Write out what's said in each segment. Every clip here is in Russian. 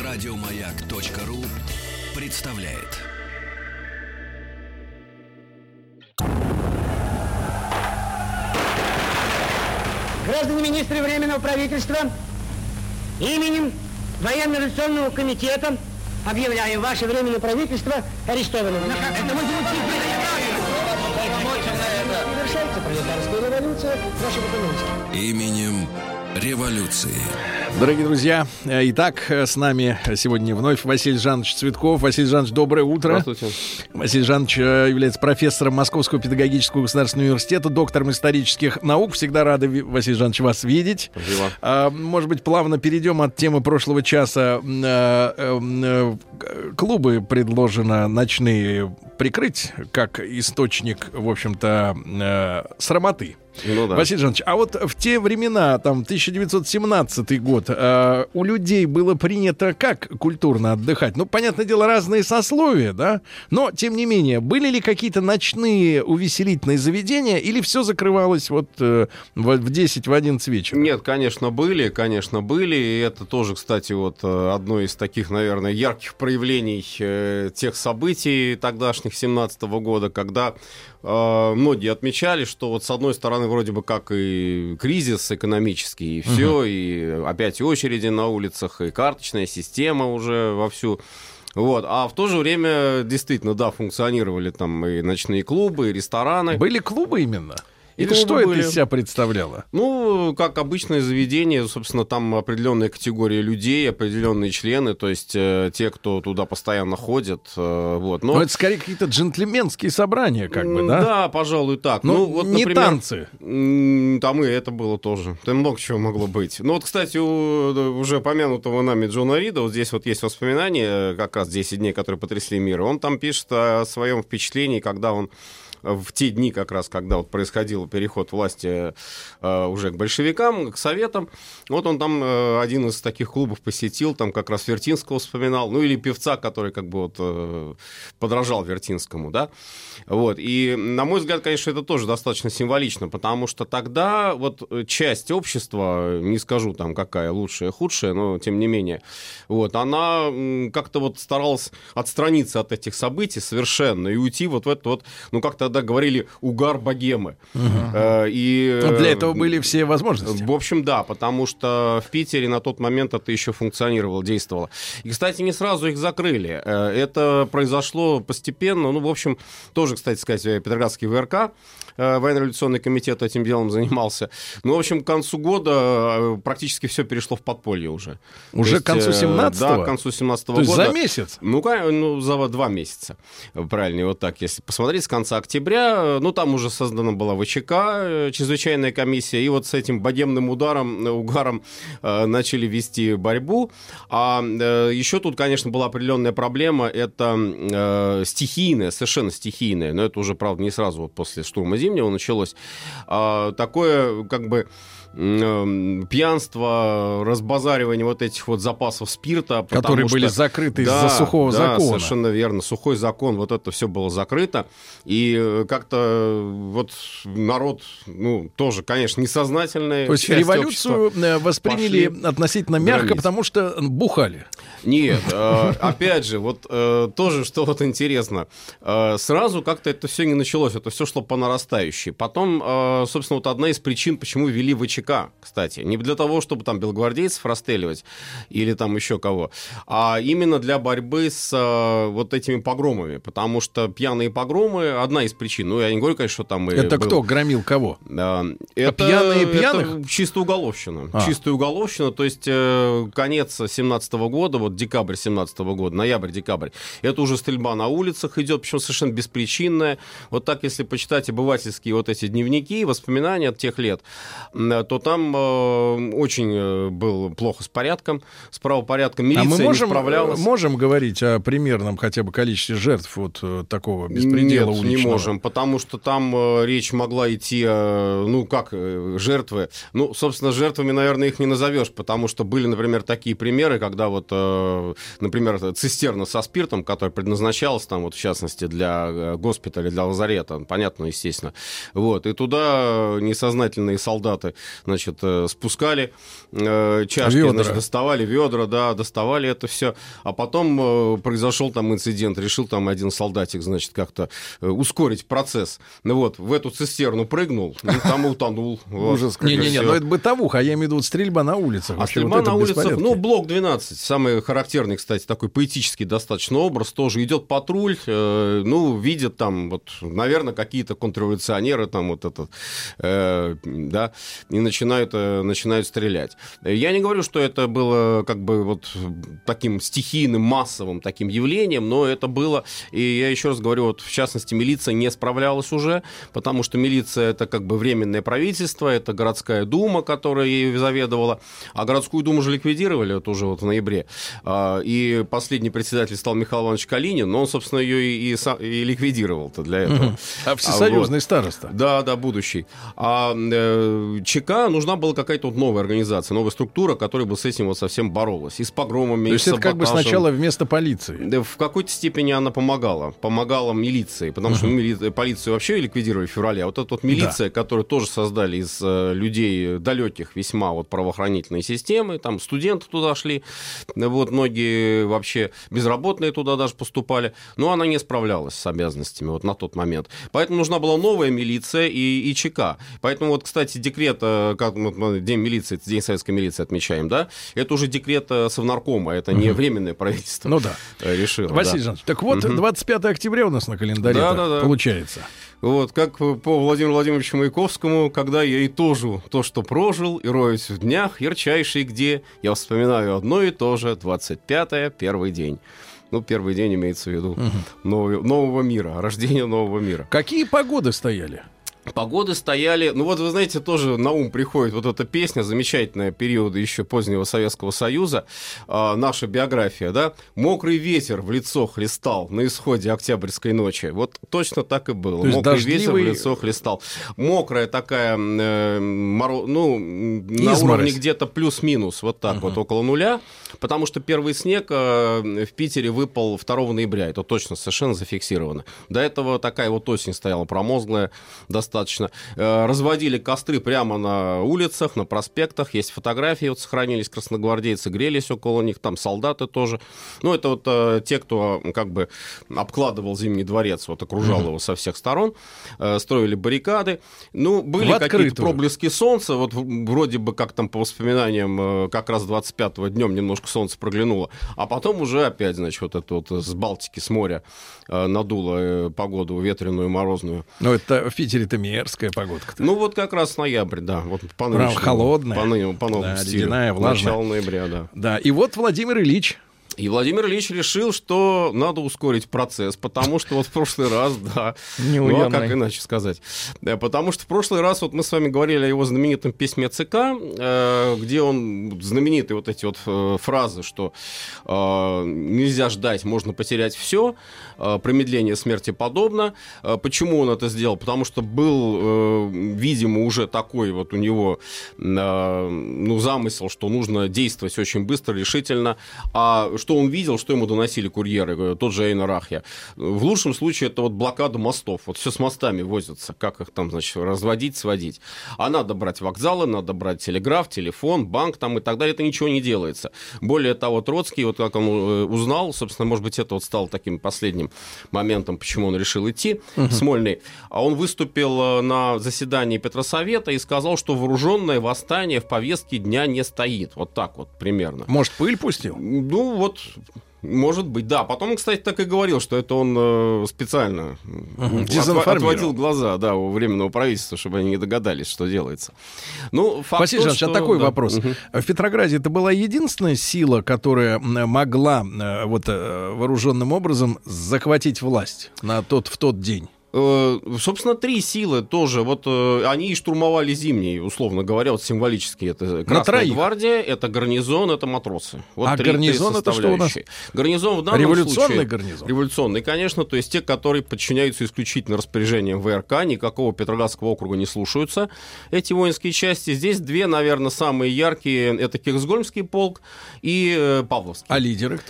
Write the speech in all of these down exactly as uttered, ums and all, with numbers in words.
Радиомаяк.ру представляет. Граждане министры Временного правительства, именем Военно-революционного комитета объявляю ваше Временное правительство арестованным. Это мы Совершается пролетарская революция нашего экономики. Именем революции. Дорогие друзья, итак, с нами сегодня вновь Василий Жанович Цветков. Василий Жанович, доброе утро. Здравствуйте. Василий Жанович является профессором Московского педагогического государственного университета, доктором исторических наук. Всегда рады, Василий Жанович, вас видеть. Спасибо. А, может быть, плавно перейдем от темы прошлого часа. А, а, а, клубы предложено ночные прикрыть как источник, в общем-то, а, срамоты. Ну, да. Василий Жанович, а вот в те времена, там, тысяча девятьсот семнадцатый год, э, у людей было принято как культурно отдыхать? Ну, понятное дело, разные сословия, да? Но, тем не менее, были ли какие-то ночные увеселительные заведения, или все закрывалось вот э, в, в десять, в одиннадцать вечера? Нет, конечно, были, конечно, были. И это тоже, кстати, вот одно из таких, наверное, ярких проявлений э, тех событий тогдашних семнадцатого года, когда э, многие отмечали, что вот с одной стороны вроде бы как и кризис экономический, и все, угу. и опять очереди на улицах, и карточная система уже вовсю. Вот. А в то же время действительно, да, функционировали там и ночные клубы, и рестораны. Были клубы именно? И Или что были. это из себя представляло? Ну, как обычное заведение, собственно, там определенная категория людей, определенные члены, то есть э, те, кто туда постоянно ходят. Э, вот. Но... Но это скорее какие-то джентльменские собрания, как бы, да? Да, пожалуй, так. Но ну, вот, не например, танцы. Там и это было тоже. Там много чего могло быть. Ну, вот, кстати, у уже помянутого нами Джона Рида, вот здесь вот есть воспоминания, как раз десять дней, которые потрясли мир. Он там пишет о своем впечатлении, когда он в те дни, как раз, когда вот происходил переход власти э, уже к большевикам, к советам, вот он там э, один из таких клубов посетил, там как раз Вертинского вспоминал, ну или певца, который как бы вот э, подражал Вертинскому, да, вот, и на мой взгляд, конечно, это тоже достаточно символично, потому что тогда вот часть общества, не скажу там какая лучшая, худшая, но тем не менее, вот, она как-то вот старалась отстраниться от этих событий совершенно и уйти вот в это вот, ну как-то тогда говорили угар богемы. Угу. Э, и, Но для этого были все возможности. В общем, да, потому что в Питере на тот момент это еще функционировало, действовало. И, кстати, не сразу их закрыли. Э, это произошло постепенно. Ну, в общем, тоже, кстати сказать, Петроградский ВРК, э, военно-революционный комитет этим делом занимался. Ну, в общем, к концу года практически все перешло в подполье уже. Уже есть, к концу семнадцатого? Да, к концу семнадцатого То года. есть за месяц? Ну, ну, за два месяца. Правильно, вот так, если посмотреть, с конца октября. Ну, там уже создана была ВЧК, чрезвычайная комиссия, и вот с этим богемным ударом, угаром э, начали вести борьбу. А э, еще тут, конечно, была определенная проблема, это э, стихийное, совершенно стихийное, но это уже, правда, не сразу вот после штурма Зимнего началось, а, такое, как бы, пьянство, разбазаривание вот этих вот запасов спирта. Которые что, были закрыты да, из-за сухого да, закона. Совершенно верно. Сухой закон, вот это все было закрыто. И как-то вот народ, ну, тоже, конечно, несознательный. То есть революцию восприняли относительно мягко, границ. Потому что бухали. Нет, опять же, вот тоже, что вот интересно, сразу как-то это все не началось, это все шло по нарастающей. Потом, собственно, вот одна из причин, почему ввели ВЧК, кстати, не для того, чтобы там белогвардейцев расстреливать или там еще кого, а именно для борьбы с вот этими погромами, потому что пьяные погромы — одна из причин. Ну, я не говорю, конечно, что там... Это был... кто громил кого? Это, пьяные пьяных? Это чистая уголовщина. А. Чистая уголовщина, то есть конец семнадцатого года, вот декабрь семнадцатого года, ноябрь-декабрь, это уже стрельба на улицах идет, причем совершенно беспричинная. Вот так, если почитать обывательские вот эти дневники, воспоминания от тех лет, то там э, очень был плохо с порядком, с правопорядком. Милиция а мы можем, не справлялась. можем говорить о примерном хотя бы количестве жертв вот такого беспредела уличного? Нет, не можем, потому что там э, речь могла идти, э, ну, как э, жертвы. Ну, собственно, жертвами, наверное, их не назовешь, потому что были, например, такие примеры, когда вот, э, например, цистерна со спиртом, которая предназначалась там, вот, в частности, для госпиталя, для лазарета, понятно, естественно. Вот, и туда несознательные солдаты значит, спускали э, чашки, ведра. значит, доставали ведра, да, доставали это все. А потом э, произошел там инцидент, решил там один солдатик, значит, как-то э, ускорить процесс. Ну вот, в эту цистерну прыгнул, и там утонул. Ужас. Не-не-не, но это бытовуха, а я имею в виду стрельба на улицах. А стрельба на улицах, ну, блок двенадцать, самый характерный, кстати, такой поэтический достаточно образ, тоже идет патруль, э, ну, видят там, вот, наверное, какие-то контрреволюционеры там вот это, э, да, и начинают, э, начинают стрелять. Я не говорю, что это было как бы вот таким стихийным, массовым таким явлением, но это было, и я еще раз говорю, вот, в частности, милиция не справлялась уже, потому что милиция — это как бы временное правительство, это городская дума, которая ею заведовала, а городскую думу уже ликвидировали, вот уже вот в ноябре, и последний председатель стал Михаил Иванович Калинин, но он, собственно, ее и, и, и ликвидировал-то для этого. Угу. А всесоюзный вот. Староста. Да, да, будущий. А э, ЧК нужна была какая-то вот новая организация, новая структура, которая бы с этим вот совсем боролась. И с погромами, То и есть с это как бы саботажем. сначала вместо полиции? Да, в какой-то степени она помогала. Помогала милиции, потому что мили... полицию вообще ликвидировали в феврале. А вот эта вот милиция, да. которую тоже создали из э, людей далеких весьма от правоохранительной системы, там студенты туда шли, вот многие вообще безработные туда даже поступали, но она не справлялась с обязанностями вот на тот момент. Поэтому нужна была новая милиция и, и ЧК. Поэтому вот, кстати, декрет, как мы День милиции, День советской милиции отмечаем, да, это уже декрет Совнаркома, это не временное правительство ну, да. решило. Василий да. Жанович, так вот, угу. двадцать пятое октября у нас на календаре да, да, да. получается. Вот, как по Владимиру Владимировичу Маяковскому, когда я итожу то, что прожил, и роюсь в днях, ярчайший где, я вспоминаю одно и то же, двадцать пятое, первый день. Ну, первый день имеется в виду угу. нового, нового мира, рождение нового мира. Какие погоды стояли? Погоды стояли, ну вот вы знаете, тоже на ум приходит вот эта песня, замечательная, периода еще позднего Советского Союза, э, наша биография, да, «Мокрый ветер в лицо хлестал на исходе октябрьской ночи». Вот точно так и было. Мокрый дождливый... ветер в лицо хлестал. Мокрая такая, э, моро... ну, на Изморозь. Уровне где-то плюс-минус, вот так uh-huh. вот, около нуля, потому что первый снег э, в Питере выпал второго ноября, это точно совершенно зафиксировано. До этого такая вот осень стояла промозглая, достаточно. Разводили костры прямо на улицах, на проспектах. Есть фотографии, вот сохранились, красногвардейцы грелись около них, там солдаты тоже. Ну, это вот э, те, кто как бы обкладывал Зимний дворец, вот окружал mm-hmm. его со всех сторон, э, строили баррикады. Ну, были какие-то проблески солнца, вот вроде бы, как там по воспоминаниям, э, как раз двадцать пятого днем немножко солнце проглянуло, а потом уже опять, значит, вот это вот с Балтики, с моря э, надуло э, погоду ветреную, морозную. Ну, это в Питере-то мерзкая погодка-то. Ну, вот как раз ноябрь, да. Вот по Прям холодная. По, по, по новому да, стилю. ледяная, влажная. Начало ноября, да. Да, и вот Владимир Ильич... И Владимир Ильич решил, что надо ускорить процесс, потому что вот в прошлый раз, да, ну а как иначе сказать, потому что в прошлый раз вот мы с вами говорили о его знаменитом письме ЦК, где он, знаменитые вот эти вот фразы, что нельзя ждать, можно потерять все, промедление смерти подобно. Почему он это сделал? Потому что был, видимо, уже такой вот у него, ну, замысел, что нужно действовать очень быстро, решительно, а что он видел, что ему доносили курьеры, тот же Эйнар Ахья. В лучшем случае это вот блокада мостов. Вот все с мостами возятся, как их там, значит, разводить, сводить. А надо брать вокзалы, надо брать телеграф, телефон, банк там и так далее. Это ничего не делается. Более того, Троцкий, вот как он узнал, собственно, может быть, это вот стало таким последним моментом, почему он решил идти, uh-huh. Смольный. А он выступил на заседании Петросовета и сказал, что вооруженное восстание в повестке дня не стоит. Вот так вот примерно. Может, пыль пустил? Ну, вот... Может быть, да. Потом, кстати, так и говорил, что это он э, специально uh-huh. отв- отводил глаза, да, у Временного правительства, чтобы они не догадались, что делается. Ну, факт Василий Жанович, что... а такой да. вопрос. Uh-huh. В Петрограде это была единственная сила, которая могла вот, вооруженным образом захватить власть на тот, в тот день? Собственно, три силы тоже. Вот они и штурмовали Зимний, условно говоря, вот символически. Это Красная гвардия, это гарнизон, это матросы. Вот а три, гарнизон три это что у нас? Гарнизон в данном революционный случае... гарнизон? Революционный, конечно. То есть те, которые подчиняются исключительно распоряжениям ВРК, никакого Петроградского округа не слушаются. Эти воинские части. Здесь две, наверное, самые яркие. Это Кирсгольмский полк и э, Павловский. А лидеры кто?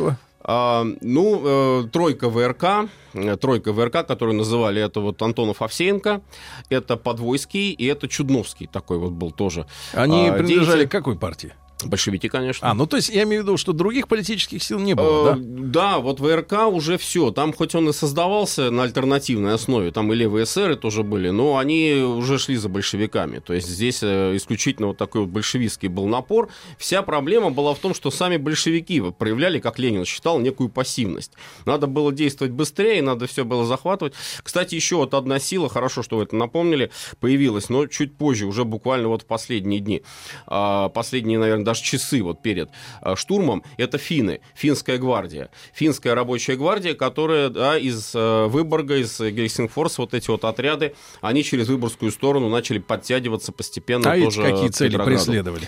А, ну, э, тройка ВРК, тройка ВРК, которую называли, это вот Антонов, Овсеенко, это Подвойский и это Чудновский такой вот был тоже. Они а, принадлежали деятель... к какой партии? Большевики, конечно. А, ну то есть я имею в виду, что других политических сил не было, э, да? Да, вот ВРК уже все. Там хоть он и создавался на альтернативной основе, там и левые эсеры тоже были, но они уже шли за большевиками. То есть здесь исключительно вот такой вот большевистский был напор. Вся проблема была в том, что сами большевики проявляли, как Ленин считал, некую пассивность. Надо было действовать быстрее, надо все было захватывать. Кстати, еще вот одна сила, хорошо, что вы это напомнили, появилась, но чуть позже, уже буквально вот в последние дни. Последние, наверное, даже часы вот перед э, штурмом, это финны, финская гвардия. Финская рабочая гвардия, которая да, из э, Выборга, из Гельсингфорса, вот эти вот отряды, они через Выборгскую сторону начали подтягиваться постепенно. А тоже эти какие цели Петрограду. преследовали?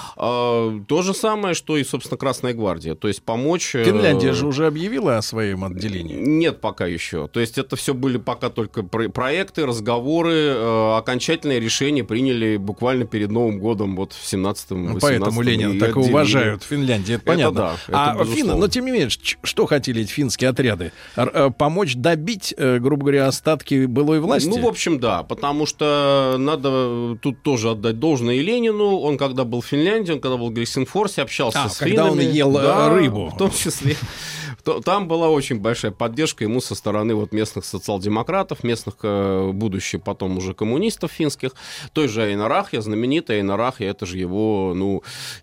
А, то же самое, что и, собственно, Красная гвардия. То есть помочь... Финляндия же уже объявила о своем отделении? Нет пока еще. То есть это все были пока только проекты, разговоры. Э, окончательное решение приняли буквально перед Новым годом, вот в семнадцатом, восемнадцатом. Поэтому Ленина так и уважают Финляндию, это понятно. Это да, это а финны, но тем не менее, что хотели эти финские отряды? Р- помочь добить, грубо говоря, остатки былой власти? Ну, в общем, да, потому что надо тут тоже отдать должное и Ленину. Он, когда был в Финляндии, он когда был в Гельсингфорсе, общался а, с когда финнами. Он ел да, рыбу. В том числе. Там была очень большая поддержка ему со стороны вот местных социал-демократов, местных э, будущих потом уже коммунистов финских. Той же Эйнар Ахья, знаменитая Эйнар Ахья, это же его, ну,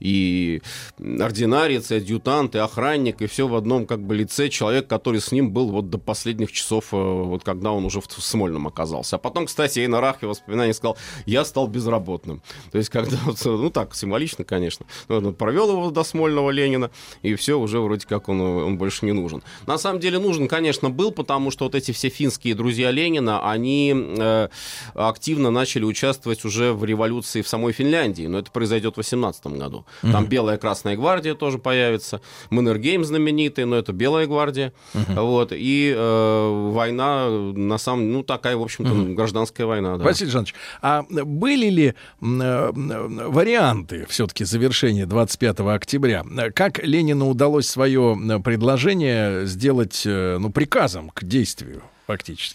и ординарец, и адъютант, и охранник, и все в одном как бы лице. Человек, который с ним был вот до последних часов, э, вот когда он уже в Смольном оказался. А потом, кстати, Эйнар Ахья в воспоминаниях сказал, я стал безработным. То есть, когда, ну так, символично, конечно, он провел его до Смольного Ленина, и все, уже вроде как он, он больше не нужен. На самом деле нужен, конечно, был, потому что вот эти все финские друзья Ленина, они э, активно начали участвовать уже в революции в самой Финляндии, но это произойдет в восемнадцатом году. Mm-hmm. Там Белая Красная гвардия тоже появится, Маннергейм знаменитый, но это Белая гвардия. Mm-hmm. Вот, и э, война, на самом деле, ну, такая, в общем-то, mm-hmm. гражданская война. Да. Василий Жанович, а были ли э, варианты все-таки завершения двадцать пятого октября? Как Ленину удалось свое предложение сделать, ну, приказом к действию? Фактически.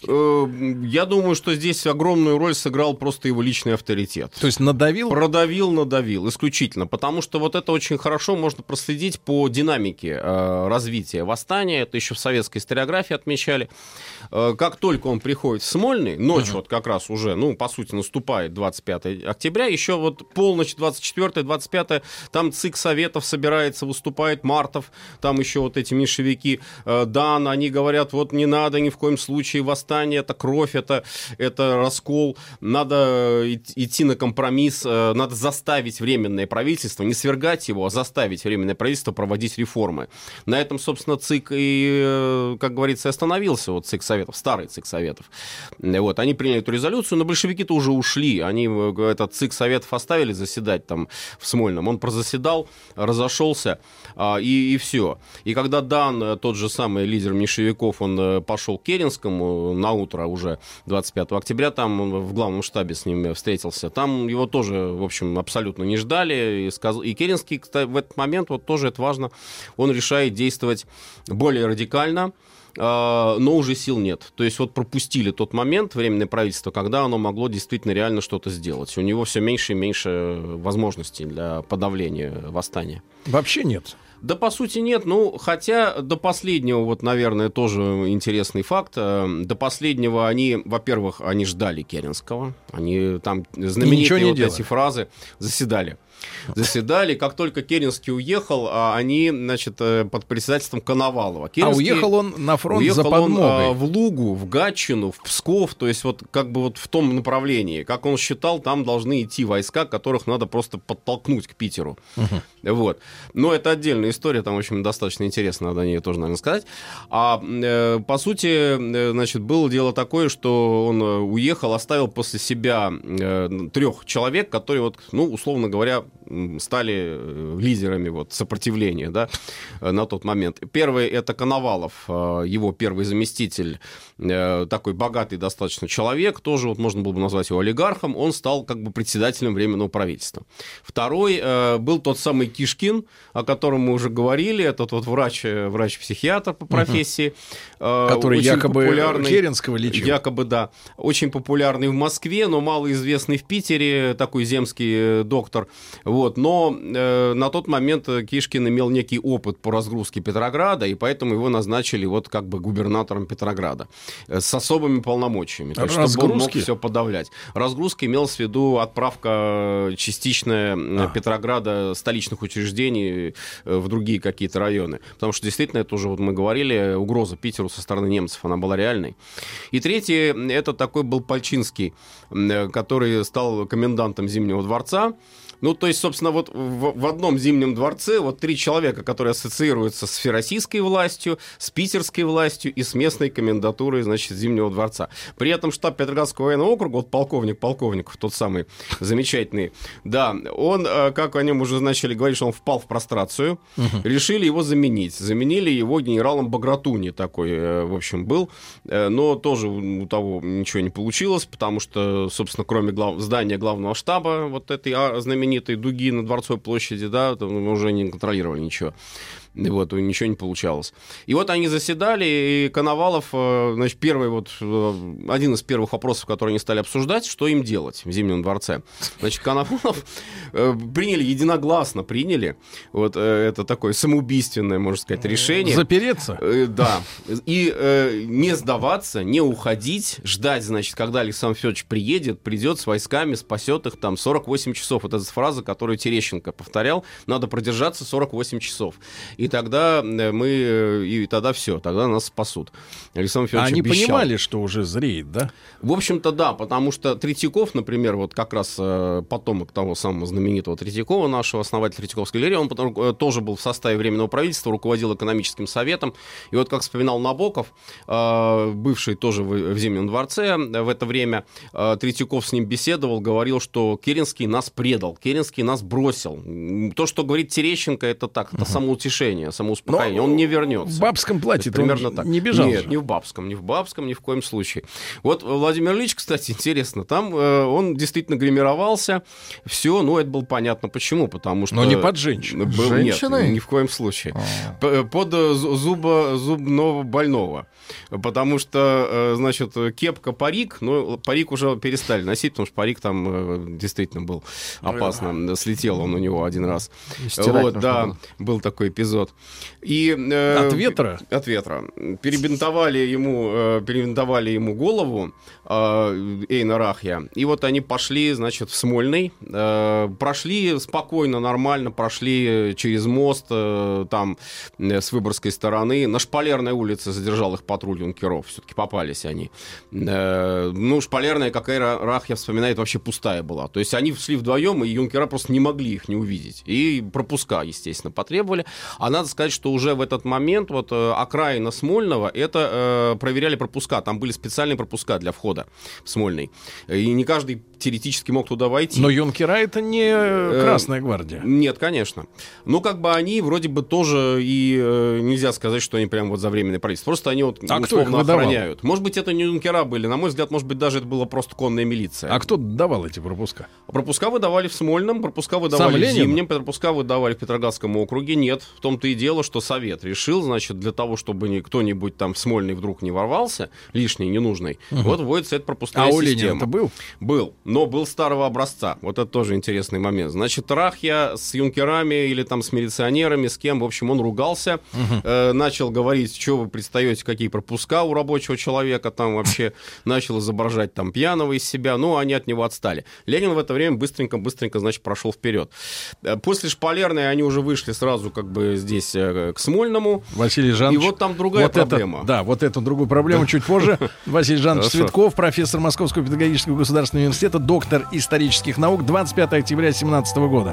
Я думаю, что здесь огромную роль сыграл просто его личный авторитет. То есть надавил? Продавил, надавил, исключительно. Потому что вот это очень хорошо можно проследить по динамике э, развития восстания. Это еще в советской историографии отмечали. Э, как только он приходит в Смольный, ночь uh-huh. вот как раз уже, ну, по сути, наступает двадцать пятого октября, еще вот полночь двадцать четвёртое двадцать пятое, там ЦИК Советов собирается, выступает Мартов, там еще вот эти меньшевики, э, Дан, они говорят, вот не надо ни в коем случае восстание, это кровь, это, это раскол, надо идти на компромисс, надо заставить Временное правительство, не свергать его, а заставить Временное правительство проводить реформы. На этом, собственно, ЦИК и, как говорится, остановился, вот ЦИК Советов, старый ЦИК Советов. Вот, они приняли эту резолюцию, но большевики-то уже ушли, они этот ЦИК Советов оставили заседать там в Смольном, он прозаседал, разошелся, и, и все. И когда Дан, тот же самый лидер меньшевиков, он пошел к Керенскому, на утро уже двадцать пятого октября, там в главном штабе с ним встретился, там его тоже, в общем, абсолютно не ждали, и, сказ... и Керенский, кстати, в этот момент, вот тоже это важно, он решает действовать более радикально, но уже сил нет. То есть вот пропустили тот момент, Временное правительство, когда оно могло действительно реально что-то сделать. У него все меньше и меньше возможностей для подавления восстания. Вообще нет. Да, по сути, нет. Ну, хотя до последнего, вот, наверное, тоже интересный факт. До последнего они, во-первых, они ждали Керенского. Они там знаменитые вот эти фразы заседали. Заседали. Как только Керенский уехал, они, значит, под председательством Коновалова. Керенский, а уехал он на фронт уехал за подмогой? Он в Лугу, в Гатчину, в Псков, то есть вот как бы вот в том направлении. Как он считал, там должны идти войска, которых надо просто подтолкнуть к Питеру. Угу. Вот. Но это отдельная история, там, в общем, достаточно интересно, надо о ней тоже, наверное, сказать. А э, по сути, значит, было дело такое, что он уехал, оставил после себя э, трех человек, которые, вот, ну, условно говоря, стали лидерами вот, сопротивления, да, на тот момент. Первый — это Коновалов, его первый заместитель, такой богатый достаточно человек, тоже вот можно было бы назвать его олигархом, он стал как бы председателем Временного правительства. Второй был тот самый Кишкин, о котором мы уже говорили, этот вот врач, врач-психиатр по профессии. Угу. Который якобы Керенского лечил. Якобы, да. Очень популярный в Москве, но малоизвестный в Питере, такой земский доктор. Вот. Но э, на тот момент Кишкин имел некий опыт по разгрузке Петрограда, и поэтому его назначили вот как бы губернатором Петрограда с особыми полномочиями. То есть, чтобы он мог все подавлять. Разгрузка имелась в виду отправка частичная а. Петрограда, столичных учреждений в другие какие-то районы. Потому что действительно, это уже вот мы говорили, угроза Питеру со стороны немцев, она была реальной. И третий, это такой был Пальчинский, который стал комендантом Зимнего дворца. Ну, то есть, собственно, вот в, в одном Зимнем дворце вот три человека, которые ассоциируются с всероссийской властью, с питерской властью и с местной комендатурой, значит, Зимнего дворца. При этом штаб Петроградского военного округа, вот полковник Полковников, тот самый замечательный, да, он, как о нем уже начали говорить, что он впал в прострацию, угу. решили его заменить. Заменили его генералом Багратуни такой, в общем, был, но тоже у того ничего не получилось, потому что, собственно, кроме глав... здания главного штаба, вот этой знаменитой дуги на Дворцовой площади, да, мы уже не контролировали ничего. Вот, ничего не получалось. И вот они заседали, и Коновалов, значит, первый вот, один из первых вопросов, которые они стали обсуждать, что им делать в Зимнем дворце. Значит, Коновалов приняли, единогласно приняли, вот это такое самоубийственное, можно сказать, решение. Запереться? Да. И не сдаваться, не уходить, ждать, значит, когда Александр Федорович приедет, придет с войсками, спасет их там сорок восемь часов. Вот эта фраза, которую Терещенко повторял, надо продержаться сорок восемь часов. И тогда мы, и тогда все, тогда нас спасут. Александр Федорович Они обещал. Понимали, что уже зреет, да? В общем-то, да, потому что Третьяков, например, вот как раз потомок того самого знаменитого Третьякова, нашего основателя Третьяковской галереи, он потом, тоже был в составе Временного правительства, руководил экономическим советом. И вот, как вспоминал Набоков, бывший тоже в, в Зимнем дворце в это время, Третьяков с ним беседовал, говорил, что Керенский нас предал, Керенский нас бросил. То, что говорит Терещенко, это так, это самоутешение. Самоуспокоение. Но он не вернется. В бабском платье примерно так. Не бежал. Нет, же. не в бабском, не в бабском, ни в коем случае. Вот Владимир Ильич, кстати, интересно, там э, он действительно гримировался, все, ну, это было понятно почему, потому что... Но не под женщину. Был, нет, ни в коем случае. А-а-а. Под зуба, зубного больного. Потому что, э, значит, кепка, парик, ну, парик уже перестали носить, потому что парик там э, действительно был опасно. Слетел он у него один раз. Вот, да, было. Был такой эпизод. И, э, от ветра? От ветра. Перебинтовали ему, э, перебинтовали ему голову э, Эйна Рахья. И вот они пошли, значит, в Смольный. Э, прошли спокойно, нормально, прошли через мост, э, там, э, с Выборгской стороны. На Шпалерной улице задержал их патруль юнкеров. Все-таки попались они. Э, ну, Шпалерная, как Эйна Рахья вспоминает, вообще пустая была. То есть они шли вдвоем, и юнкера просто не могли их не увидеть. И пропуска, естественно, потребовали. А надо сказать, что уже в этот момент вот э, окраина Смольного, это э, проверяли пропуска. Там были специальные пропуска для входа в Смольный. И не каждый теоретически мог туда войти. Но юнкера — это не Красная гвардия. Э, нет, конечно. Ну, как бы они вроде бы тоже, и э, нельзя сказать, что они прям вот за Временное правительство. Просто они вот а условно охраняют. Может быть, это не юнкера были. На мой взгляд, может быть, даже это была просто конная милиция. А кто давал эти пропуска? Пропуска выдавали в Смольном, пропуска выдавали в Зимнем, пропуска выдавали в Петроградском округе. Нет, в том-то и дело, что Совет решил, значит, для того, чтобы кто-нибудь там в Смольный вдруг не ворвался, лишний, ненужный, угу. вот вводится эта пропускная а система. А у Ленина это был? Был, но был старого образца. Вот это тоже интересный момент. Значит, Рахья с юнкерами или там с милиционерами, с кем, в общем, он ругался, угу. э, начал говорить, что вы предстаете, какие пропуска у рабочего человека, там вообще начал изображать там пьяного из себя, ну, они от него отстали. Ленин в это время быстренько-быстренько, значит, прошел вперед. После Шпалерной они уже вышли сразу как бы здесь к Смольному. Василий Жанович. И вот там другая вот проблема. Это, да, вот эту другую проблему чуть позже. Василий Жанович Цветков, профессор Московского педагогического государственного университета, доктор исторических наук, двадцать пятого октября две тысячи семнадцатого года.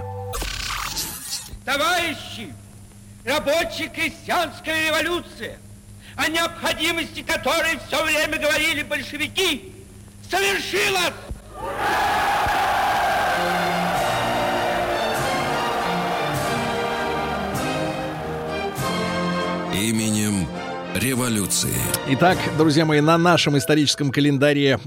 Товарищи, рабочая крестьянская революция, о необходимости которой все время говорили большевики, совершилась! Именем революции. Итак, друзья мои, на нашем историческом календаре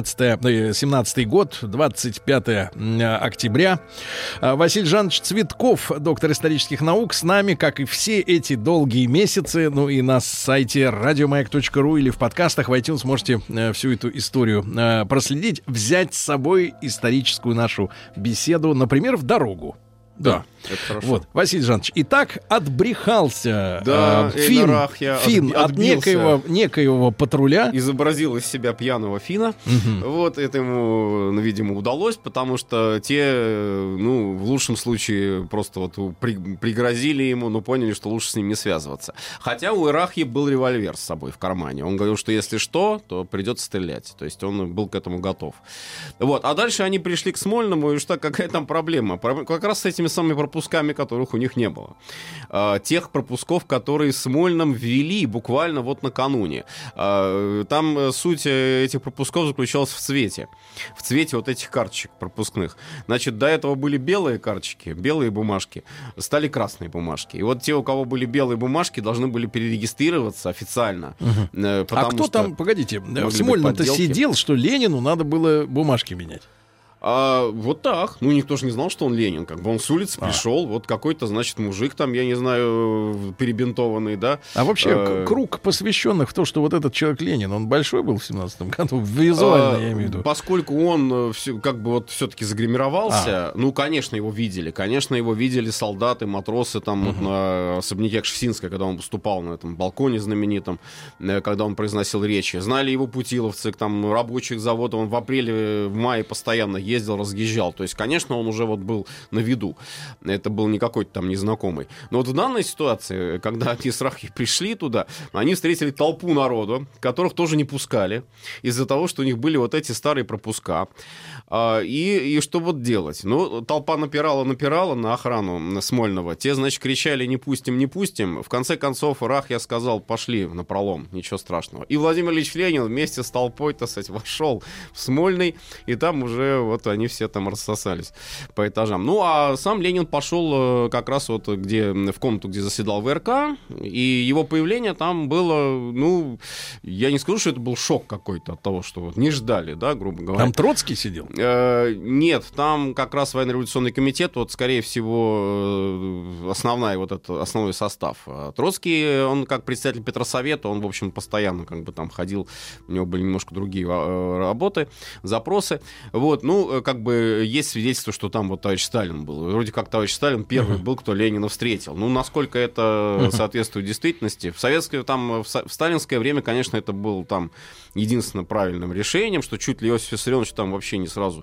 семнадцатый год, двадцать пятое октября. Василий Жанович Цветков, доктор исторических наук, с нами, как и все эти долгие месяцы. Ну и на сайте радиомаяк точка ру или в подкастах в iTunes можете всю эту историю проследить, взять с собой историческую нашу беседу, например, в дорогу. Да, это хорошо. Вот, Василий Жанович, итак, отбрехался да, э, Фин, Рахья Фин от некоего, некоего патруля. Изобразил из себя пьяного Фина. Угу. Вот это ему, ну, видимо, удалось, потому что те, ну, в лучшем случае просто вот при, пригрозили ему, но поняли, что лучше с ним не связываться. Хотя у Рахьи был револьвер с собой в кармане. Он говорил, что если что, то придется стрелять. То есть он был к этому готов. Вот. А дальше они пришли к Смольному, и что, какая там проблема? Как раз с этими самыми пропусками, которых у них не было. А, тех пропусков, которые Смольным ввели буквально вот накануне. А, там суть этих пропусков заключалась в цвете. В цвете вот этих карточек пропускных. Значит, до этого были белые карточки, белые бумажки, стали красные бумажки. И вот те, у кого были белые бумажки, должны были перерегистрироваться официально. Угу. А кто там, погодите, в Смольном-то сидел, что Ленину надо было бумажки менять? А, вот так. Ну, никто же не знал, что он Ленин. Как бы он с улицы а. пришел, вот какой-то, значит, мужик там, я не знаю, перебинтованный, да. А вообще, а, круг посвященных в то, что вот этот человек Ленин, он большой был в семнадцатом году? Визуально, а, я имею в виду. Поскольку он все, как бы вот все-таки загримировался, а. ну, конечно, его видели. Конечно, его видели солдаты, матросы там угу. вот на особняке Кшесинской, когда он выступал на этом балконе знаменитом, когда он произносил речи. Знали его путиловцы, там, рабочих заводов. Он в апреле, в мае постоянно ездил, разъезжал. То есть, конечно, он уже вот был на виду. Это был не какой-то там незнакомый. Но вот в данной ситуации, когда они с Рахьей пришли туда, они встретили толпу народу, которых тоже не пускали, из-за того, что у них были вот эти старые пропуска. И, и что вот делать? Ну, толпа напирала-напирала на охрану на Смольного. Те, значит, кричали «не пустим, не пустим». В конце концов, Рахья сказал «пошли напролом, ничего страшного». И Владимир Ильич Ленин вместе с толпой, так сказать, вошел в Смольный, и там уже вот они все там рассосались по этажам. Ну, а сам Ленин пошел как раз вот где, в комнату, где заседал ВРК, и его появление там было, ну, я не скажу, что это был шок какой-то от того, что вот не ждали, да, грубо говоря. Там Троцкий сидел? Э, нет, там как раз военно-революционный комитет, вот, скорее всего, основная вот это, основной состав. Троцкий, он как председатель Петросовета, он, в общем, постоянно как бы там ходил, у него были немножко другие работы, запросы. Вот, ну, как бы есть свидетельство, что там вот товарищ Сталин был. Вроде как товарищ Сталин первый uh-huh. был, кто Ленина встретил. Ну, насколько это uh-huh. соответствует действительности. В советское, там, в, в сталинское время, конечно, это было там единственно правильным решением, что чуть ли Иосиф Виссарионович там вообще не сразу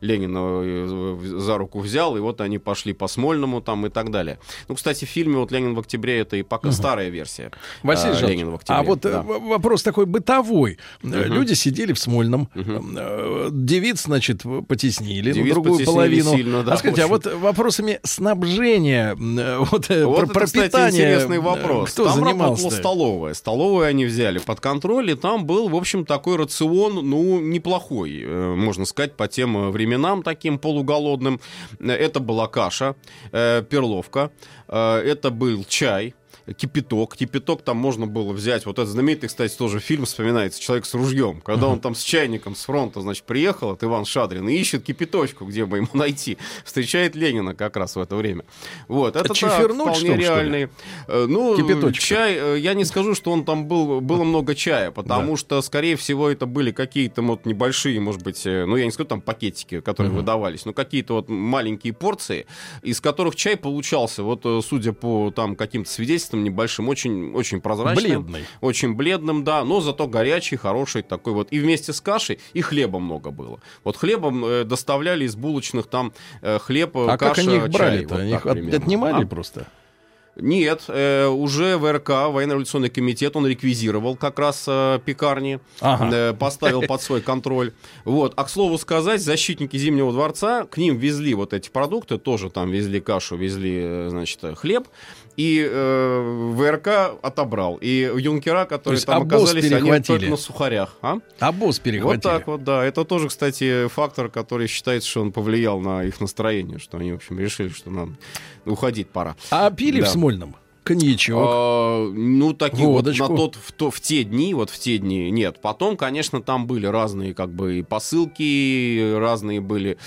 Ленина за руку взял, и вот они пошли по Смольному там и так далее. Ну, кстати, в фильме вот «Ленин в октябре» это и пока uh-huh. старая версия. Василий а, Ленин в октябре. А вот да. вопрос такой бытовой. Uh-huh. Люди сидели в Смольном, uh-huh. девиц, значит, потеснили, ну, другую половину. Сильно, да, а скажите, а вот вопросами снабжения, вот, вот про это, питание, кстати, интересный вопрос. Кто там занимался? Работала столовая. Столовую они взяли под контроль, и там был, в общем, такой рацион, ну, неплохой, можно сказать, по тем временам, таким полуголодным. Это была каша, перловка, это был чай, кипяток. Кипяток там можно было взять. Вот этот знаменитый, кстати, тоже фильм вспоминается «Человек с ружьем». Когда он там с чайником с фронта, значит, приехал, от Иван Шадрин, и ищет кипяточку, где бы ему найти. Встречает Ленина как раз в это время. Вот. Это так, вполне что, реальный. Ну, кипяточка. Чай, я не скажу, что он там был, было много чая, потому да. что, скорее всего, это были какие-то вот небольшие, может быть, ну, я не скажу, там пакетики, которые угу. выдавались, но какие-то вот маленькие порции, из которых чай получался, вот, судя по там каким-то свидетельствам, небольшим, очень, очень прозрачным. Бледный. Очень бледным, да, но зато горячий, хороший такой вот. И вместе с кашей, и хлеба много было. Вот хлебом э, доставляли из булочных там э, хлеб, а каша, как они их брали-то? Вот они их от, отнимали а? просто? Нет, э, уже ВРК, военно-революционный комитет, он реквизировал как раз э, пекарни, ага. э, поставил под свой контроль. Вот. А к слову сказать, защитники Зимнего дворца, к ним везли вот эти продукты, тоже там везли кашу, везли, значит, хлеб. И э, ВРК отобрал. И юнкера, которые там оказались, они только на сухарях. А? Обоз перехватили. Вот так вот, да. Это тоже, кстати, фактор, который считается, что он повлиял на их настроение, что они, в общем, решили, что нам уходить пора. А пили да. в Смольном? коньячок. А, ну, такие Водочку. вот на тот, в, то, в те дни, вот в те дни нет. Потом, конечно, там были разные как бы и посылки, разные были,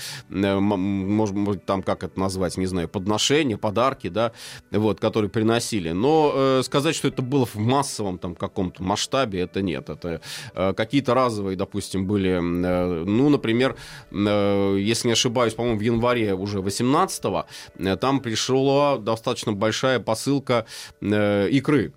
может быть, там, как это назвать, не знаю, подношения, подарки, да, вот, которые приносили. Но э, сказать, что это было в массовом там каком-то масштабе, это нет. Это э, какие-то разовые, допустим, были, э, ну, например, э, если не ошибаюсь, по-моему, в январе уже восемнадцатого э, там пришла достаточно большая посылка э, икры.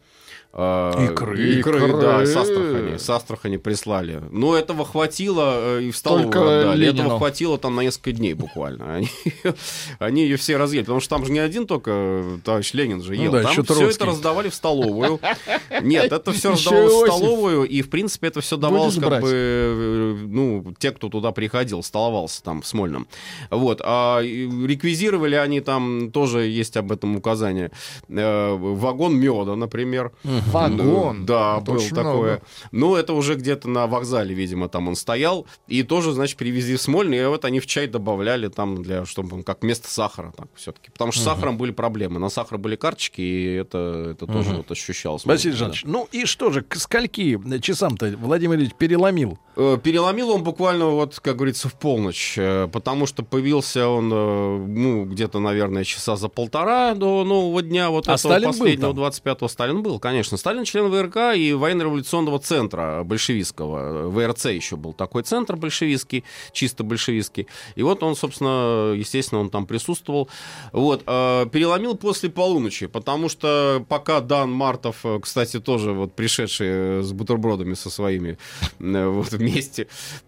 Икры, икры, икры. да, с Астрахани, с Астрахани прислали. Но этого хватило и в столовую Только отдали. Ленину. Этого хватило там на несколько дней буквально. Они, они ее все разъели, потому что там же не один только товарищ Ленин же ел. Ну да, там все это раздавали в столовую. Нет, это все раздавалось в столовую, и в принципе это все давалось как бы, ну, те, кто туда приходил, столовался там в Смольном. Вот. А реквизировали они там, тоже есть об этом указание, вагон меда, например. Вагон. Да, это было очень такое. много. Ну, это уже где-то на вокзале, видимо, там он стоял. И тоже, значит, привезли в Смольный, и вот они в чай добавляли там, для, чтобы как вместо сахара так, все-таки. Потому что с сахаром были проблемы. На сахар были карточки, и это, это тоже вот ощущалось. Василий Жанович, ну и что же, к скольки часам-то Владимир Ильич переломил? Переломил он буквально, вот, как говорится, в полночь, потому что появился он, ну, где-то, наверное, часа за полтора до нового дня, вот а этого Сталин последнего, был там? двадцать пятого. Сталин был, конечно. Сталин член ВРК и военно-революционного центра большевистского. ВРЦ еще был такой центр большевистский, чисто большевистский. И вот он, собственно, естественно, он там присутствовал. Вот. Переломил после полуночи, потому что пока Дан Мартов, кстати, тоже вот пришедший с бутербродами со своими вот вместе,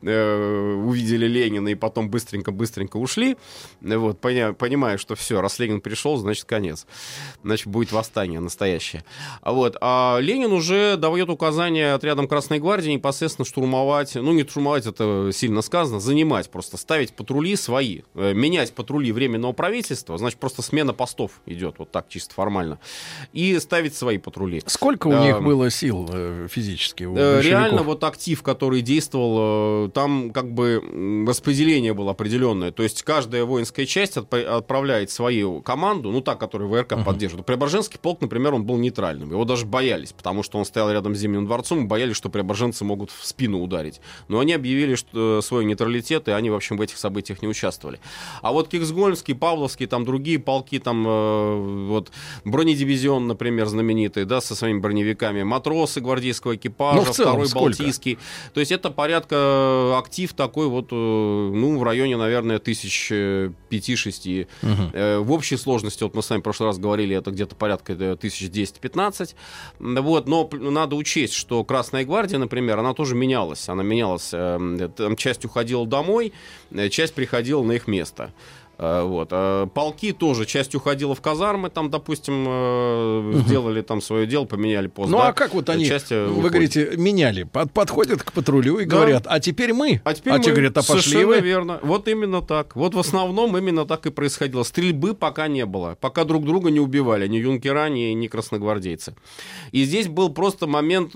увидели Ленина и потом быстренько-быстренько ушли, вот, понимая, что все, раз Ленин пришел, значит, конец. Значит, будет восстание настоящее. Вот. А Ленин уже дает указания отрядам Красной Гвардии непосредственно штурмовать, ну, не штурмовать, это сильно сказано, занимать, просто ставить патрули свои, менять патрули Временного правительства, значит, просто смена постов идет, вот так, чисто формально, и ставить свои патрули. Сколько у а, них было сил э, физически? У реально, вот актив, который действовал, там как бы распределение было определенное, то есть каждая воинская часть отправляет свою команду, ну, та, которую ВРК uh-huh. поддерживает. Преображенский полк, например, он был нейтральным. Его даже боялись, потому что он стоял рядом с Зимним дворцом, и боялись, что преображенцы могут в спину ударить. Но они объявили что, свой нейтралитет, и они, в общем, в этих событиях не участвовали. А вот Киксгольмский, Павловский, там другие полки, там э, вот бронедивизион, например, знаменитый, да, со своими броневиками, матросы гвардейского экипажа, ну, второй сколько? Балтийский. То есть это порядка актив такой вот, э, ну, в районе, наверное, тысяч пяти-шести. Угу. Э, в общей сложности, вот мы с вами в прошлый раз говорили, это где-то порядка тысяч десять-пятнадцать. Вот, но надо учесть, что Красная Гвардия, например, она тоже менялась. Она менялась. Там часть уходила домой, часть приходила на их место. Вот. Полки тоже, часть уходила в казармы, там, допустим, угу. сделали там свое дело, поменяли пост. Ну, да? а как вот они, часть вы уходит. говорите, меняли, под, подходят к патрулю и да. говорят, а теперь мы. А теперь а мы. те говорят, а пошли Совершенно вы. верно. Вот именно так. Вот в основном именно так и происходило. Стрельбы пока не было. Пока друг друга не убивали, ни юнкера, ни, ни красногвардейцы. И здесь был просто момент,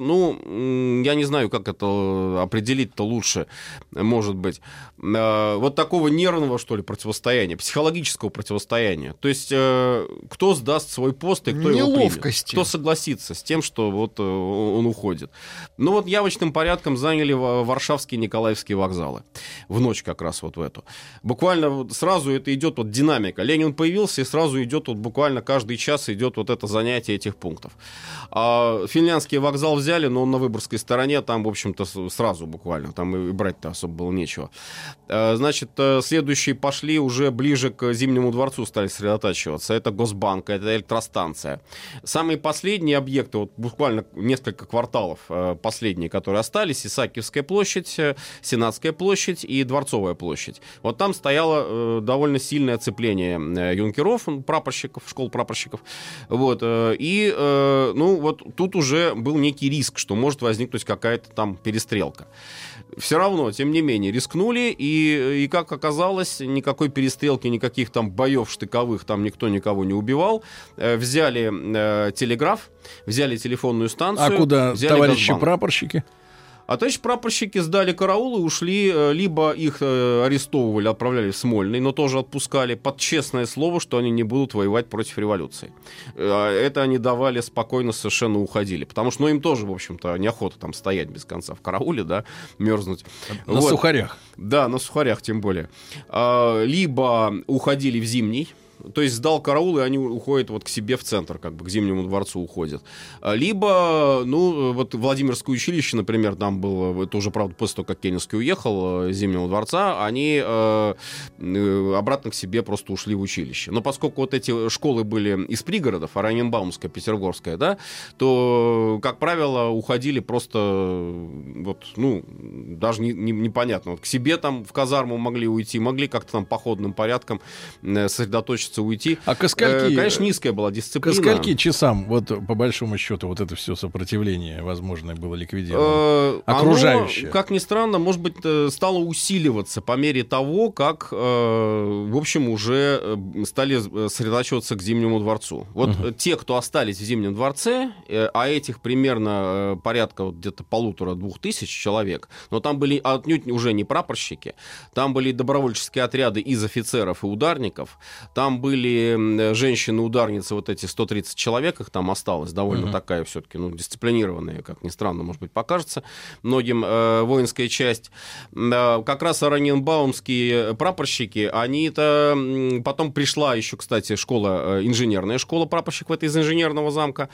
ну, я не знаю, как это определить-то лучше, может быть. Вот такого нервного, что ли, противостояния, психологического противостояния. То есть, э, кто сдаст свой пост и кто его примет. Кто согласится с тем, что вот э, он уходит. Ну вот явочным порядком заняли Варшавские и Николаевские вокзалы. В ночь как раз вот в эту. Буквально вот сразу это идет вот динамика. Ленин появился, и сразу идет вот буквально каждый час идет вот это занятие этих пунктов. А финляндский вокзал взяли, но он на Выборгской стороне, там, в общем-то, сразу буквально. Там и брать-то особо было нечего. А, значит, следующие пошли уже ближе к Зимнему дворцу, стали сосредотачиваться. Это Госбанк, это электростанция. Самые последние объекты, вот буквально несколько кварталов э, последние, которые остались, Исаакиевская площадь, э, Сенатская площадь и Дворцовая площадь. Вот там стояло э, довольно сильное оцепление э, юнкеров, прапорщиков, школ прапорщиков. Вот, э, и, э, ну, вот тут уже был некий риск, что может возникнуть какая-то там перестрелка. Все равно, тем не менее, рискнули, и, и как оказалось, никакой перестрелки, никаких там боев штыковых, там никто никого не убивал. Э, взяли э, телеграф, взяли телефонную станцию. А куда взяли товарищи Госбанк. прапорщики? А товарищи прапорщики сдали караул и ушли, либо их арестовывали, отправляли в Смольный, но тоже отпускали под честное слово, что они не будут воевать против революции. Это они давали спокойно, совершенно уходили. Потому что, ну, им тоже, в общем-то, неохота там стоять без конца в карауле, да, мерзнуть. На вот. Сухарях. Да, на сухарях тем более. Либо уходили в Зимний. То есть сдал караул, и они уходят вот к себе в центр, как бы к Зимнему дворцу уходят. Либо, ну, вот Владимирское училище, например, там было, это уже, правда, после того, как Керенский уехал из Зимнего дворца, они э, обратно к себе просто ушли в училище. Но поскольку вот эти школы были из пригородов, Ораниенбаумская, Петербургская, да, то, как правило, уходили просто, вот, ну, даже не, не, непонятно. Вот к себе там в казарму могли уйти, могли как-то там походным порядком сосредоточиться, уйти. А ко скольки, конечно, низкая была дисциплина. Ко скольки часам, вот по большому счету, вот это все сопротивление возможное было ликвидировано? Окружающее. Оно, как ни странно, может быть, стало усиливаться по мере того, как, в общем, уже стали сосредоточиваться к Зимнему дворцу. Вот uh-huh. те, кто остались в Зимнем дворце, а этих примерно порядка вот где-то полутора-двух тысяч человек, но там были отнюдь уже не прапорщики, там были добровольческие отряды из офицеров и ударников, там были женщины-ударницы, вот эти сто тридцать человек, их там осталось, довольно uh-huh. такая все-таки, ну, дисциплинированная, как ни странно, может быть, покажется многим, э, воинская часть. Э, как раз Ораниенбаумские прапорщики, они-то... Потом пришла еще, кстати, школа, инженерная школа прапорщиков, это из инженерного замка.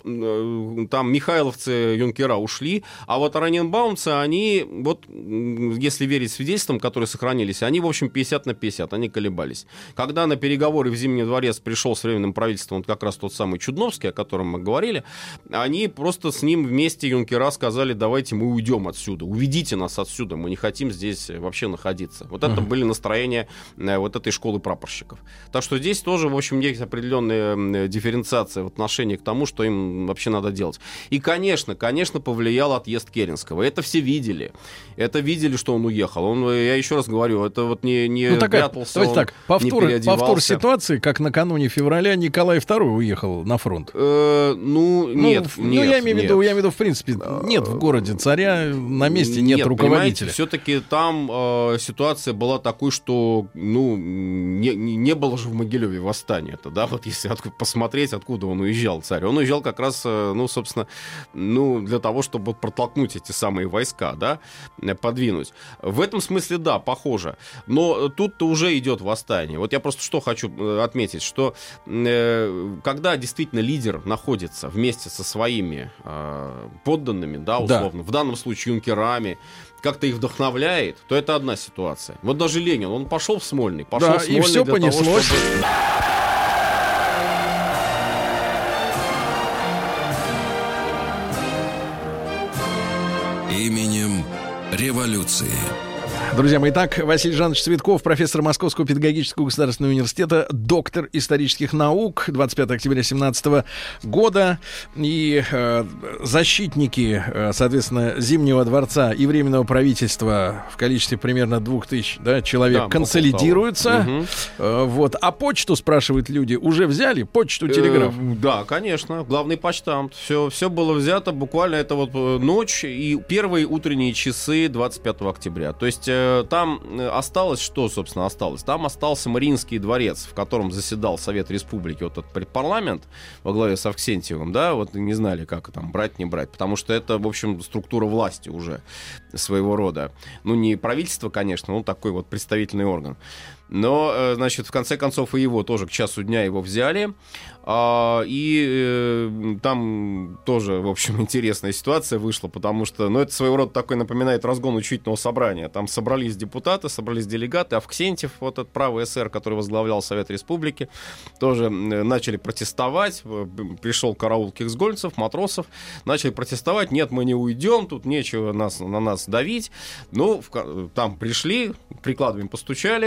Э, там михайловцы, юнкера ушли, а вот ораниенбаумцы, они, вот, если верить свидетельствам, которые сохранились, они, в общем, пятьдесят на пятьдесят, они колебались. Когда на переговоры в Зимний дворец пришел с Временным правительством вот как раз тот самый Чудновский, о котором мы говорили, они просто с ним вместе, юнкера, сказали: давайте мы уйдем отсюда, уведите нас отсюда, мы не хотим здесь вообще находиться. Вот это uh-huh. были настроения вот этой школы прапорщиков. Так что здесь тоже, в общем, есть определенная дифференциация в отношении к тому, что им вообще надо делать. И, конечно, конечно, повлиял отъезд Керенского. Это все видели. Это видели, что он уехал. Он, я еще раз говорю, это вот не, не ну, такая, прятался, он так, повтор, не переодевался. Повтор ситуации, как накануне февраля Николай второй уехал на фронт. Э, ну, нет, ну, нет. Ну, я имею в виду, нет. я имею в виду, в принципе, нет в городе царя, на месте нет, нет руководителя. Все-таки там э, ситуация была такой, что, ну, не, не было же в Могилеве восстания-то, да, вот если от, посмотреть, откуда он уезжал, царь. Он уезжал как раз, э, ну, собственно, ну, для того, чтобы протолкнуть эти самые войска, да, подвинуть. В этом смысле, да, похоже. Но тут-то уже идет восстание. Вот я просто что хочу отметить, что э, когда действительно лидер находится вместе со своими э, подданными, да, условно, да. в данном случае юнкерами, как-то их вдохновляет, то это одна ситуация. Вот даже Ленин, он пошел в Смольный, пошел да, в Смольный и все для понеслось. того, чтобы... Именем революции. Друзья мои, итак, Василий Жанович Цветков, профессор Московского педагогического государственного университета, доктор исторических наук, двадцать пятого октября две тысячи семнадцатого года. И э, защитники, э, соответственно, Зимнего дворца и Временного правительства в количестве примерно двух тысяч да, человек да, консолидируются. Угу. Э, вот. А почту, спрашивают люди, уже взяли? Почту, телеграф? Э, да, конечно. Главный почтамт. Все, все было взято. Буквально это вот ночь и первые утренние часы двадцать пятого октября. То есть там осталось, что, собственно, осталось? Там остался Мариинский дворец, в котором заседал Совет Республики, вот этот предпарламент во главе с Авксентьевым, да, вот не знали, как там брать, не брать, потому что это, в общем, структура власти уже своего рода. Ну, не правительство, конечно, но такой вот представительный орган. Но, значит, в конце концов и его тоже к часу дня его взяли. И э, там тоже, в общем, интересная ситуация вышла, потому что, ну, это своего рода такой напоминает разгон учительного собрания. Там собрались депутаты, собрались делегаты. Авксентьев, вот этот правый эсер, который возглавлял Совет Республики, тоже начали протестовать. Пришел караул кирсгольцев, матросов. Начали протестовать. Нет, мы не уйдем, тут нечего нас, на нас давить. Ну, в, там пришли, прикладами постучали. Все.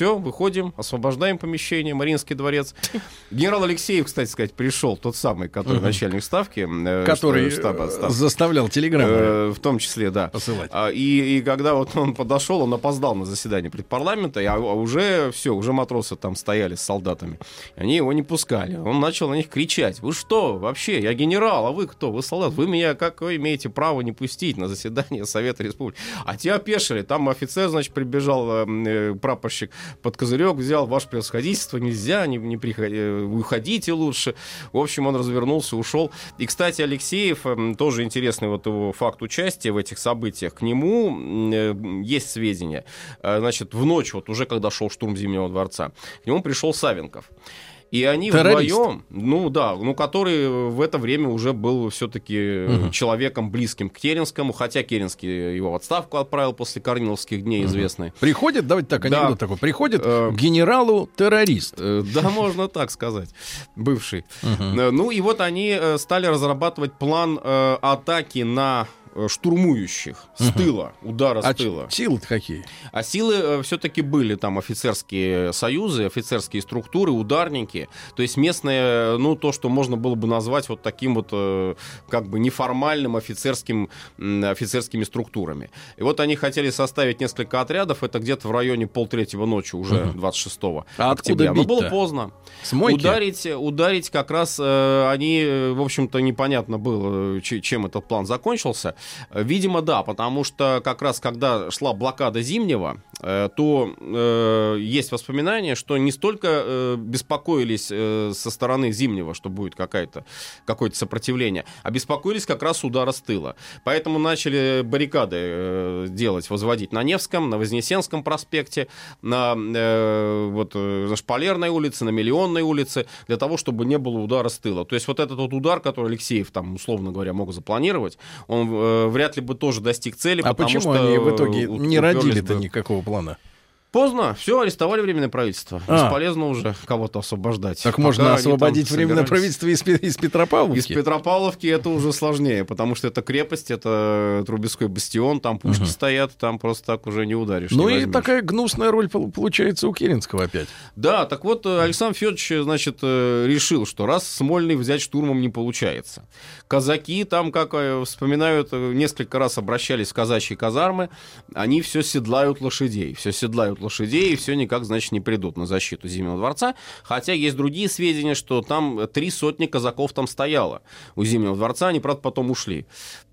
все, выходим, освобождаем помещение, Мариинский дворец. Генерал Алексеев, кстати сказать, пришел, тот самый, который угу. начальник ставки. Э, который штаба, штаба, заставлял телеграммы. Э, в том числе, да. Посылать. А, и, и когда вот он подошел, он опоздал на заседание предпарламента, а уже все, уже матросы там стояли с солдатами. Они его не пускали. Он начал на них кричать. Вы что, вообще, я генерал, а вы кто? Вы солдат. Вы меня, как вы имеете право не пустить на заседание Совета Республики? А те опешили. Там офицер, значит, прибежал, э, прапорщик под козырек, взял: ваше превосходительство, нельзя, не, не приходи, уходите лучше. В общем, он развернулся, ушел. И, кстати, Алексеев, э, тоже интересный вот его факт участия в этих событиях. К нему э, есть сведения. Э, значит, в ночь, вот уже когда шел штурм Зимнего дворца, к нему пришел Савенков. И они террорист. Вдвоем, ну да, ну который в это время уже был все-таки угу. человеком близким к Керенскому, хотя Керенский его в отставку отправил после Корниловских дней, угу. известный. Приходит, давайте так, анекдот да. такой, приходит э, к генералу террорист. Э, да, можно так сказать, бывший. Угу. Э, ну и вот они стали разрабатывать план э, атаки на штурмующих с угу. тыла, удара а с тыла. Силы-то какие? А силы э, все-таки были там офицерские союзы, офицерские структуры, ударники. То есть местные, ну, то, что можно было бы назвать вот таким вот э, как бы неформальным офицерским, э, офицерскими структурами. И вот они хотели составить несколько отрядов, это где-то в районе полтретьего ночи уже угу. двадцать шестого а октября. Но было поздно. С мойки? Ударить, ударить как раз э, они, в общем-то, непонятно было, чем этот план закончился. Видимо, да, потому что как раз когда шла блокада Зимнего, э, то э, есть воспоминания, что не столько э, беспокоились э, со стороны Зимнего, что будет какая-то, какое-то сопротивление, а беспокоились как раз удара с тыла. Поэтому начали баррикады э, делать, возводить на Невском, на Вознесенском проспекте, на, э, вот, на Шпалерной улице, на Миллионной улице, для того, чтобы не было удара с тыла. То есть вот этот вот удар, который Алексеев, там, условно говоря, мог запланировать, он э, вряд ли бы тоже достиг цели. А потому почему что они в итоге у- не родили-то бы. никакого плана? Поздно, все, арестовали Временное правительство. А. Бесполезно уже кого-то освобождать. Так Пока можно освободить Временное собирались. правительство из, из Петропавловки? Из Петропавловки это уже сложнее, потому что это крепость, это Трубецкой бастион, там пушки угу. стоят, там просто так уже не ударишь. Ну не и возьмешь. такая гнусная роль получается у Керенского опять. Да, так вот, Александр Федорович, значит, решил, что раз Смольный взять штурмом не получается. Казаки там, как вспоминают, несколько раз обращались в казачьи казармы, они все седлают лошадей, все седлают лошадей, и все никак, значит, не придут на защиту Зимнего дворца. Хотя есть другие сведения, что там три сотни казаков там стояло у Зимнего дворца. Они, правда, потом ушли.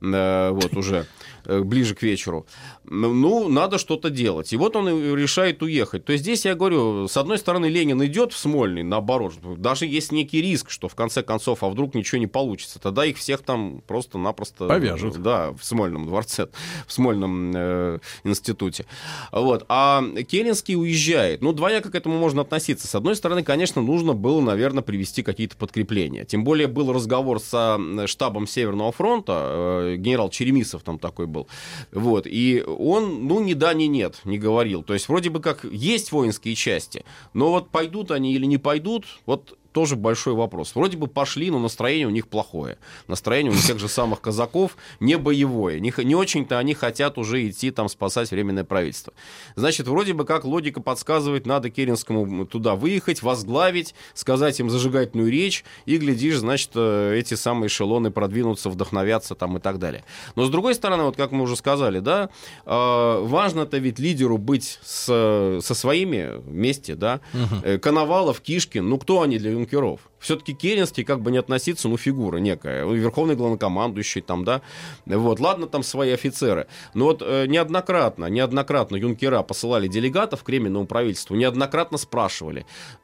Э, вот уже э, ближе к вечеру. Ну, надо что-то делать. И вот он решает уехать. То есть здесь, я говорю, с одной стороны, Ленин идет в Смольный, наоборот. Даже есть некий риск, что в конце концов, а вдруг ничего не получится. Тогда их всех там просто-напросто... повяжут. Да, в Смольном дворце, в Смольном э, институте. Вот. А Керенский уезжает. Ну, двояко к этому можно относиться. С одной стороны, конечно, нужно было, наверное, привести какие-то подкрепления. Тем более был разговор со штабом Северного фронта, э, генерал Черемисов там такой был. Вот. И он, ну, ни да, ни нет, не говорил. То есть вроде бы как есть воинские части, но вот пойдут они или не пойдут, вот тоже большой вопрос. Вроде бы пошли, но настроение у них плохое. Настроение у тех же самых казаков не боевое. Не, не очень-то они хотят уже идти там спасать Временное правительство. Значит, вроде бы как логика подсказывает, надо Керенскому туда выехать, возглавить, сказать им зажигательную речь, и, глядишь, значит, эти самые эшелоны продвинутся, вдохновятся там и так далее. Но, с другой стороны, вот как мы уже сказали, да, важно-то ведь лидеру быть с, со своими вместе, да. Угу. Коновалов, Кишкин, ну кто они для юнкеров? Все-таки Керенский, как бы не относиться, ну, фигура некая. Верховный главнокомандующий там, да. Вот, ладно, там свои офицеры. Но вот э, неоднократно, неоднократно юнкера посылали делегатов к Временному правительству, неоднократно спрашивали,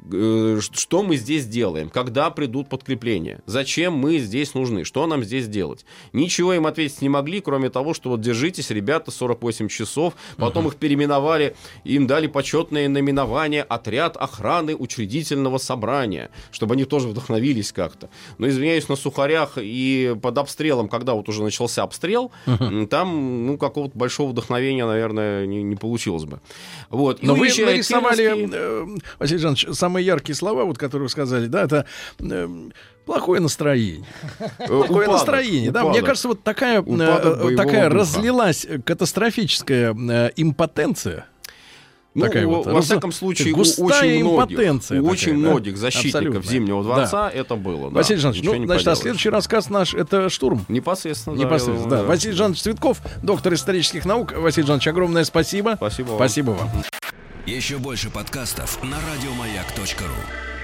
э, что мы здесь делаем, когда придут подкрепления, зачем мы здесь нужны, что нам здесь делать. Ничего им ответить не могли, кроме того, что вот держитесь, ребята, сорок восемь часов, потом uh-huh. их переименовали, им дали почетное наименование «Отряд охраны учредительного собрания», чтобы они тоже вдохновились как-то. Но, извиняюсь, на Сухарях и под обстрелом, когда вот уже начался обстрел, uh-huh. там, ну, какого-то большого вдохновения, наверное, не, не получилось бы. Вот. Но вы нарисовали, Керенский... э, Василий Жанович, самые яркие слова, вот, которые вы сказали, да, это... Э, плохое настроение. Плохое упадок, настроение. Да? Мне кажется, вот такая, э, такая духа. разлилась катастрофическая э, импотенция. Ну, такая во, вот. во всяком случае, у очень многих, у очень такая, многих да? защитников Абсолютно. Зимнего дворца Да. это было. Да. Василий Жанович, Ничего ну, не значит, а поделаешь. следующий рассказ наш — это «Штурм». Непосредственно, Непосредственно, да. да. да. Василий Жанович Цветков, доктор исторических наук. Василий Жанович, огромное спасибо. Спасибо вам. Спасибо вам. Еще больше подкастов на радиомаяк точка ру.